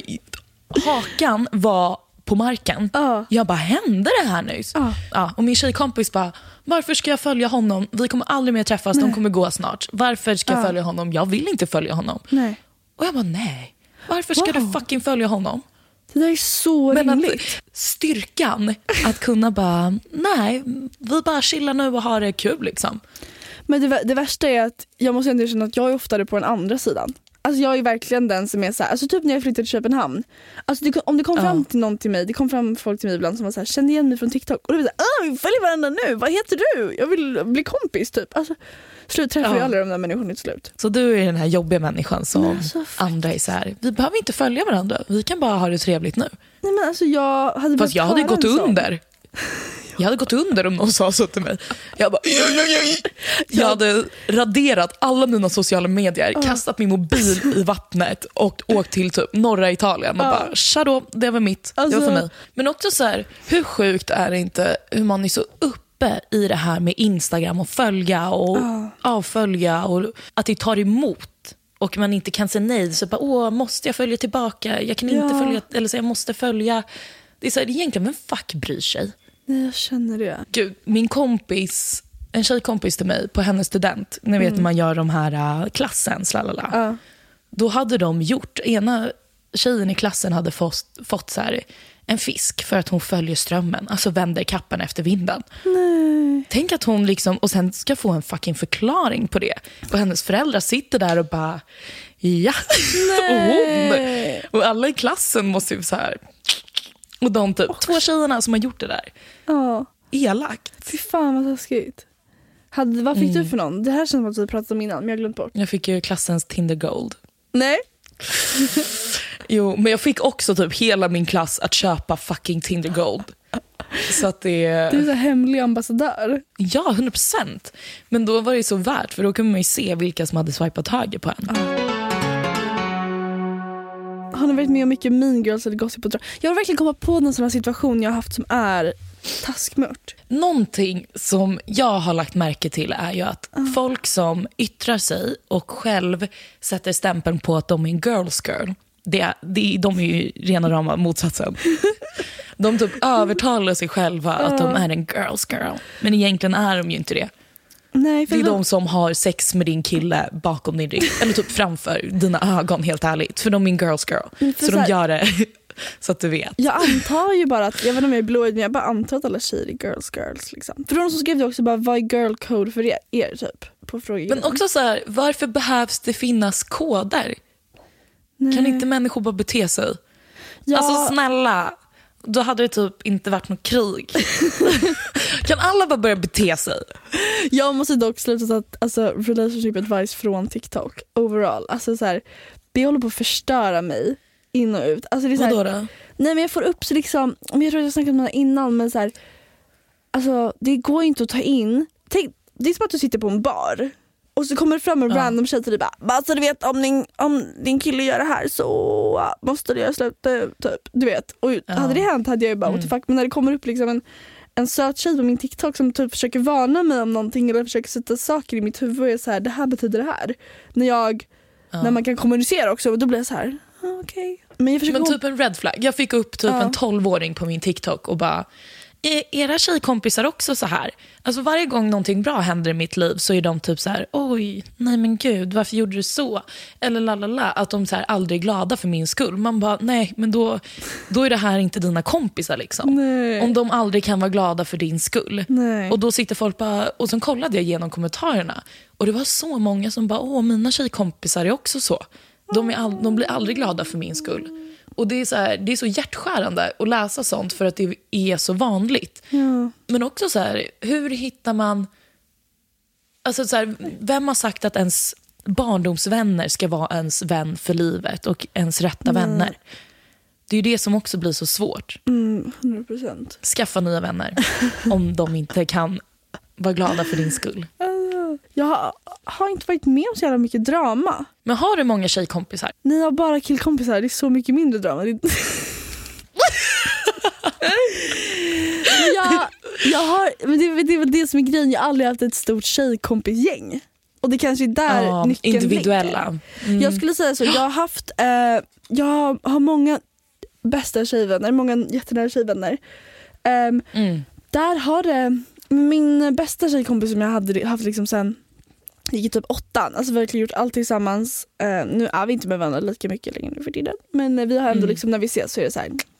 hakan var på marken. Uh. Jag bara, hände det här nyss? Uh. Ja, och min tjejkompis bara, varför ska jag följa honom? Vi kommer aldrig mer träffas, nej. De kommer gå snart. Varför ska uh. jag följa honom? Jag vill inte följa honom. Nej. Och jag bara, nej. Varför ska wow. du fucking följa honom? Det där är så men rimligt. Att, styrkan att kunna bara, nej, vi bara chillar nu och har det kul liksom. Men det, det värsta är att jag måste ändå känna att jag är oftare på den andra sidan. Alltså jag är verkligen den som är så här, alltså typ när jag flyttade till Köpenhamn. Alltså det, om det kom fram uh. till någon till mig, det kom fram folk till mig ibland som var så här, kände igen mig från TikTok. Och då var det så här, vi följer varandra nu, vad heter du? Jag vill bli kompis typ. Alltså slut träffar uh. ju alla de där människorna till slut. Så du är den här jobbiga människan som alltså, andra är så här, vi behöver inte följa varandra, vi kan bara ha det trevligt nu. Nej men alltså jag hade Fast jag hade gått under. Jag hade gått under om någon sa så till mig. Jag bara, jag hade raderat alla mina sociala medier, uh. kastat min mobil i vattnet och åkt till typ norra Italien och uh. bara, tja då, det var mitt, alltså... det var för mig. Men också så här, hur sjukt är det inte hur man är så uppe i det här med Instagram och följa och uh. avfölja och att det tar emot. Och man inte kan säga nej, så bara, åh, måste jag följa tillbaka? Jag kan inte ja. följa, eller så jag måste följa. Det är så här, egentligen, men fuck bryr sig. Nej, jag känner det. Gud, min kompis, en tjejkompis till mig på hennes student, ni vet mm. man gör de här uh, klassen, slalala. Uh. Då hade de gjort, ena tjejen i klassen hade fått, fått så här, en fisk för att hon följer strömmen, alltså vänder kappan efter vinden. Nej. Tänk att hon liksom, och sen ska få en fucking förklaring på det. Och hennes föräldrar sitter där och bara, ja. Nej. och hon, och alla i klassen måste ju så här. Och de typ, oh. två tjejerna som har gjort det där. Ja. Elakt. Fy fan vad taskigt. Hade, vad fick mm. du för någon? Det här känns som att vi pratade om innan, men jag har glömt bort. Jag fick ju klassens Tinder Gold. Nej. Jo, men jag fick också typ hela min klass att köpa fucking Tinder Gold. Så att det... Du är så hemlig ambassadör. Ja, hundra procent. Men då var det så värt, för då kunde man ju se vilka som hade swipat höger på en. Uh. Har ni varit med om mycket Mean Girls eller Gossip? Jag vill verkligen komma på någon sån här situation jag har haft som är taskmört. Någonting som jag har lagt märke till är ju att uh. folk som yttrar sig och själv sätter stämpeln på att de är en girls girl, det, det, de är ju rena rama motsatsen. De typ övertalar sig själva uh. att de är en girls girl, men egentligen är de ju inte det. Nej, för det är då... de som har sex med din kille bakom din rygg, eller typ framför dina ögon, helt ärligt. För de är en girls girl, så, så de här... gör det så att du vet. Jag antar ju bara att, jag vet inte om jag är blåögd, men jag bara antar att alla tjejer är girls girls liksom. För de som skrev det också bara, vad är girl code för er, er typ? På frågan. Men också så här, varför behövs det finnas koder? Nej. Kan inte människor bara bete sig? Ja. Alltså snälla, Då hade det typ inte varit något krig. Kan alla bara börja bete sig? Jag måste dock sluta att alltså, relationship advice från TikTok overall. Alltså så här, det håller på att förstöra mig in och ut. Alltså, det är så här, vadå då? Nej, men jag får upp så liksom, jag tror att jag snackat med det innan, men så här, alltså det går inte att ta in. Tänk, det är som att du sitter på en bar och så kommer det fram en ja. random tjej till dig bara, alltså du vet, om din, om din kille gör det här så måste du göra slut typ, du vet. Och ja. hade det hänt hade jag ju bara mm. what the fuck. Men när det kommer upp liksom en, en söt tjej på min TikTok som typ försöker varna mig om någonting eller försöker sätta saker i mitt huvud och är så här, det här betyder det här. När jag ja. när man kan kommunicera också, då blir jag så här, okej. Okay. Men, jag men typ en red flag. Jag fick upp typ ja. en tolvåring på min TikTok och bara, är era tjejkompisar också så här? Alltså varje gång någonting bra händer i mitt liv så är de typ så här, oj, nej men gud, varför gjorde du så? Eller lalala, att de så här aldrig är glada för min skull. Man bara, nej, men då, då är det här inte dina kompisar liksom. Nej. Om de aldrig kan vara glada för din skull. Nej. Och då sitter folk bara, och så kollade jag igenom kommentarerna. Och det var så många som bara, åh, mina tjejkompisar är också så. De, är all, de blir aldrig glada för min skull. Och det är, så här, det är så hjärtskärande att läsa sånt för att det är så vanligt. Ja. Men också så här, hur hittar man... Alltså så här, vem har sagt att ens barndomsvänner ska vara ens vän för livet och ens rätta mm. vänner? Det är ju det som också blir så svårt. Mm, hundra procent. Skaffa nya vänner om de inte kan vara glada för din skull. Jag har, har inte varit med om så jävla mycket drama. Men har du många tjejkompisar? Ni har bara killkompisar, det är så mycket mindre drama. Det är... jag, jag har, men det, det är väl det som är grejen. Jag har aldrig haft ett stort tjejkompisgäng. Och det kanske är där ja, nyckeln individuella. Mm. Jag skulle säga så, jag har haft eh, jag har många bästa tjejvänner, många jättenära tjejvänner. Um, mm. Där har det min bästa tjejkompis som jag hade haft liksom sen gick typ åttan, alltså vi har verkligen gjort allt tillsammans. Uh, nu är vi inte med varandra lika mycket längre för tiden, men uh, vi har ändå mm. liksom när vi ses så är det så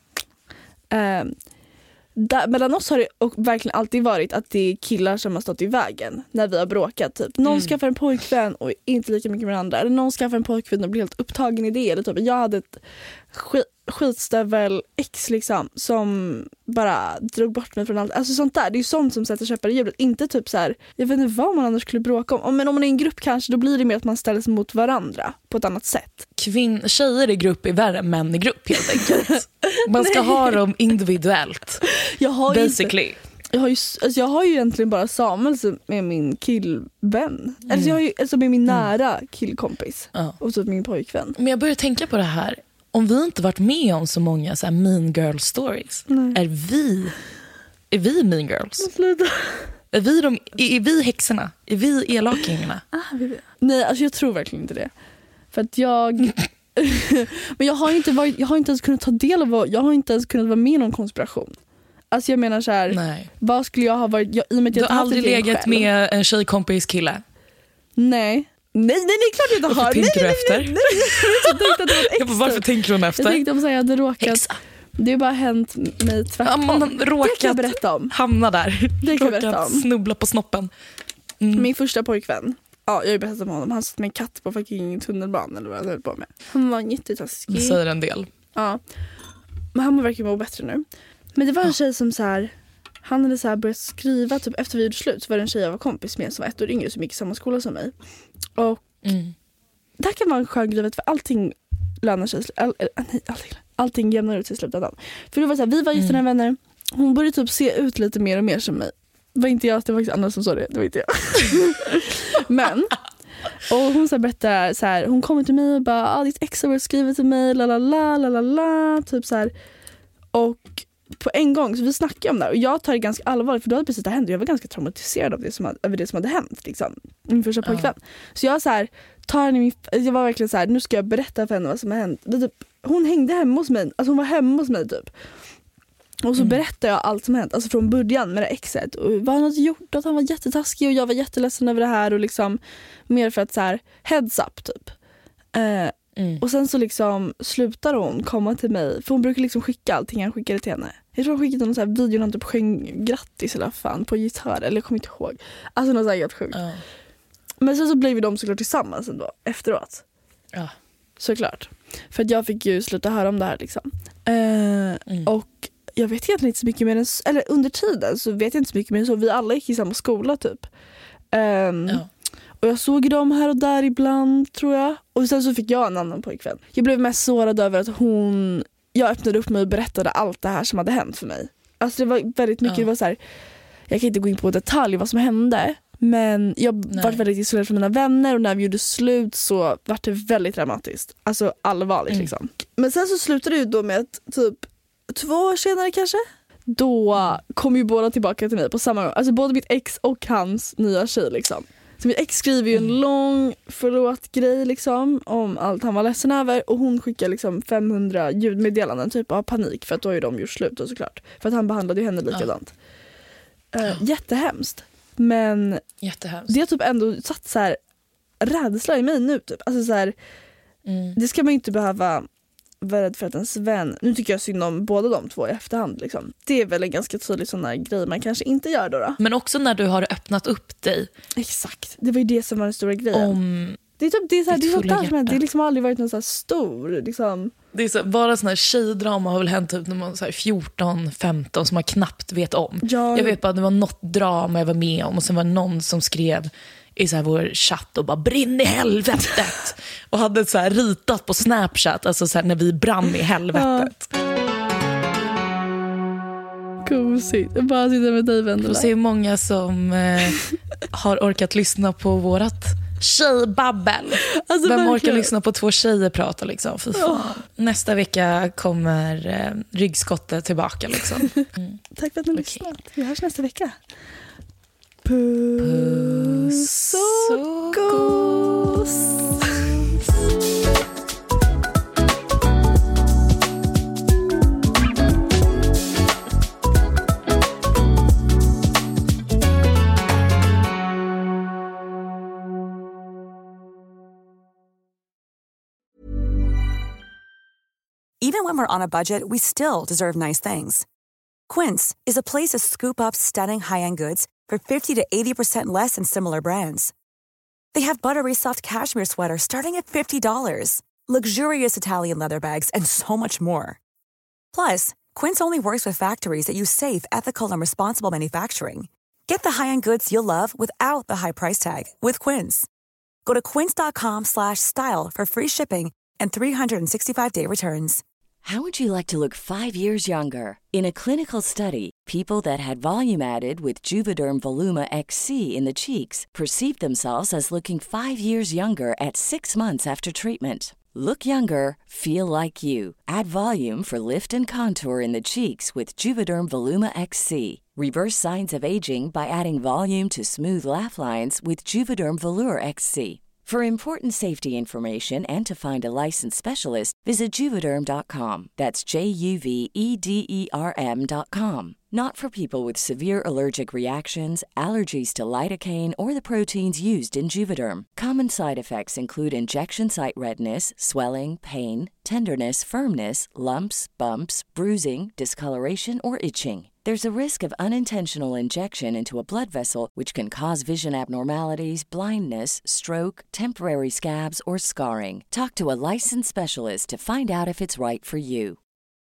här. Uh, där, mellan oss har det och verkligen alltid varit att det är killar som har stått i vägen när vi har bråkat. Typ. Någon mm. skaffar en pojkvän och inte lika mycket med andra. Eller någon skaffar en pojkvän och blir helt upptagen i det. Eller typ, jag hade ett skit, skitstövel ex liksom, som bara drog bort mig från allt. Alltså sånt där, det är ju sånt som sätter käppar i hjulet. Inte typ så här, jag vet inte vad man annars skulle bråka om. Men om man är i en grupp kanske, då blir det mer att man ställer sig mot varandra på ett annat sätt. Kvinn, tjejer i grupp är värre än män i grupp helt enkelt. Man ska ha dem individuellt. Jag har basically. Inte, jag, har ju, alltså jag har ju egentligen bara Samuel med min killvän. Mm. Alltså jag har ju, alltså med min nära killkompis. Ja. Och så min pojkvän. Men jag börjar tänka på det här. Om vi inte varit med om så många så här mean girl stories, Nej. är vi är vi mean girls? Är vi, de, är vi häxorna? Är vi elakingarna? Ah, Nej, alltså jag tror verkligen inte det. För att jag... Men jag har inte varit, jag har inte ens kunnat ta del av, jag har inte ens kunnat vara med i någon konspiration. Alltså jag menar så här, Nej. Vad skulle jag ha varit, jag, i och med att jag du har aldrig legat själv. Med en tjejkompis kille? Nej. Nej, nej, nej, klart jag inte har. Varför tänker nej, du efter? Nej, nej, nej, jag tänkte att det var varför tänker hon efter? Jag tänkte om att jag hade råkat. Hexa. Det har bara hänt mig tvärtom. Ja, man råkat det kan jag berätta om. Hamna där. Det kan jag berätta om. Snubbla på snoppen. Mm. Min första pojkvän. Ja, jag har ju berättat om honom. Han satt med en katt på fucking tunnelbanan eller vad han höll på med. Han var jättetaskig. Det säger en del. Ja. Men han var verkligen må bättre nu. Men det var en tjej som så här, han hade så här börjat skriva typ efter vi gjorde slut, så var det en tjej jag var kompis med som var ett år yngre som gick i samma skola som mig. Och mm. det här kan vara en skön grej för allting lönar sig. All, all, allting, allting jämnar ut till slutändan. För det var så här, vi var jättenära mm. vänner. Hon började typ se ut lite mer och mer som mig. Det var inte jag, det var faktiskt andra som sa det. Det var inte jag. Men och hon så berättade så här, hon kom till mig och bara, ah, ditt ex har skrivit till mig, la la la la la la, typ så här. Och på en gång så vi snackade om det och jag tar det ganska allvarligt för då hade precis det hänt och jag var ganska traumatiserad av det som hade, över det som hade hänt liksom. Min första pojkvän. Uh. Så jag så här tar henne i min, jag var verkligen så här, nu ska jag berätta för henne vad som har hänt. Det, typ, hon hängde hemma hos mig, alltså hon var hemma hos mig typ. Och så mm. berättade jag allt som hänt, alltså från början med det exet och vad han hade gjort, att han var jättetaskig och jag var jätteledsen över det här och liksom mer för att så här heads up typ. Eh, mm. Och sen så liksom slutar hon komma till mig, för hon brukar liksom skicka allting han skickade till henne. Jag tror hon skickade någon så här video, han typ sjöng grattis eller fan på gitarr, eller jag kommer inte ihåg. Alltså något så här helt sjukt. Uh. Men sen så blev vi de såklart tillsammans ändå, efteråt. Ja. Såklart. För att jag fick ju sluta höra om det här liksom. Eh, mm. Och jag vet egentligen inte så mycket mer än, eller under tiden så vet jag inte så mycket mer än så. Vi alla gick i samma skola typ. Um, ja. Och jag såg dem här och där ibland tror jag. Och sen så fick jag en annan pojkvän. Jag blev mest sårad över att hon, jag öppnade upp mig och berättade allt det här som hade hänt för mig. Alltså det var väldigt mycket, ja. Det var så här, jag kan inte gå in på detalj vad som hände. Men jag Nej. var väldigt isolerad från mina vänner. Och när vi gjorde slut så var det väldigt dramatiskt. Alltså allvarligt mm. liksom. Men sen så slutade det ju då med att typ två år senare kanske, då kom ju båda tillbaka till mig på samma gång. Alltså både mitt ex och hans nya tjej liksom. Så mitt ex skriver ju en mm. lång förlåt-grej liksom om allt han var ledsen över. Och hon skickar liksom femhundra ljudmeddelanden typ av panik. För att då har ju de gjort slut och såklart. För att han behandlade ju henne likadant. Ja. Uh, jättehemskt. Men jättehemskt. Det har typ ändå satt så här rädsla i mig nu typ. Alltså så här, mm. det ska man ju inte behöva vara rädd för att ens vän, nu tycker jag synd om båda de två i efterhand liksom. Det är väl en ganska tydlig sån här grej man kanske inte gör då, då. Men också när du har öppnat upp dig. Exakt, det var ju det som var den stora grejen. Om det är typ det är så här, det är där som, det har liksom aldrig varit någon så här stor liksom. Det är så, bara sån här tjejdrama har väl hänt typ när man så här fjorton femton som man knappt vet om. Ja. Jag vet bara att det var något drama jag var med om och sen var det någon som skrev i så här vår chatt och bara brinn i helvetet och hade så här ritat på Snapchat, alltså så här när vi brann i helvetet. Ja. Gosigt. Bara sitta med dig, Vendela. Och se hur många som eh, har orkat lyssna på vårat tjejbabbel. Alltså, vem verkligen orkar lyssna på två tjejer prata liksom? Fy fan. Oh. Nästa vecka kommer eh, ryggskottet tillbaka liksom. Mm. Tack för att ni har lyssnat. Vi hörs nästa vecka. Puss och gos. Even when we're on a budget, we still deserve nice things. Quince is a place to scoop up stunning high-end goods for fifty to eighty percent less than similar brands. They have buttery soft cashmere sweaters starting at fifty dollars, luxurious Italian leather bags, and so much more. Plus, Quince only works with factories that use safe, ethical, and responsible manufacturing. Get the high-end goods you'll love without the high price tag with Quince. Go to quince.com slash style for free shipping and three sixty-five day returns. How would you like to look five years younger? In a clinical study, people that had volume added with Juvederm Voluma X C in the cheeks perceived themselves as looking five years younger at six months after treatment. Look younger, feel like you. Add volume for lift and contour in the cheeks with Juvederm Voluma X C. Reverse signs of aging by adding volume to smooth laugh lines with Juvederm Volure X C. For important safety information and to find a licensed specialist, visit Juvederm dot com. That's J U V E D E R M dot com. Not for people with severe allergic reactions, allergies to lidocaine, or the proteins used in Juvederm. Common side effects include injection site redness, swelling, pain, tenderness, firmness, lumps, bumps, bruising, discoloration, or itching. There's a risk of unintentional injection into a blood vessel, which can cause vision abnormalities, blindness, stroke, temporary scabs, or scarring. Talk to a licensed specialist to find out if it's right for you.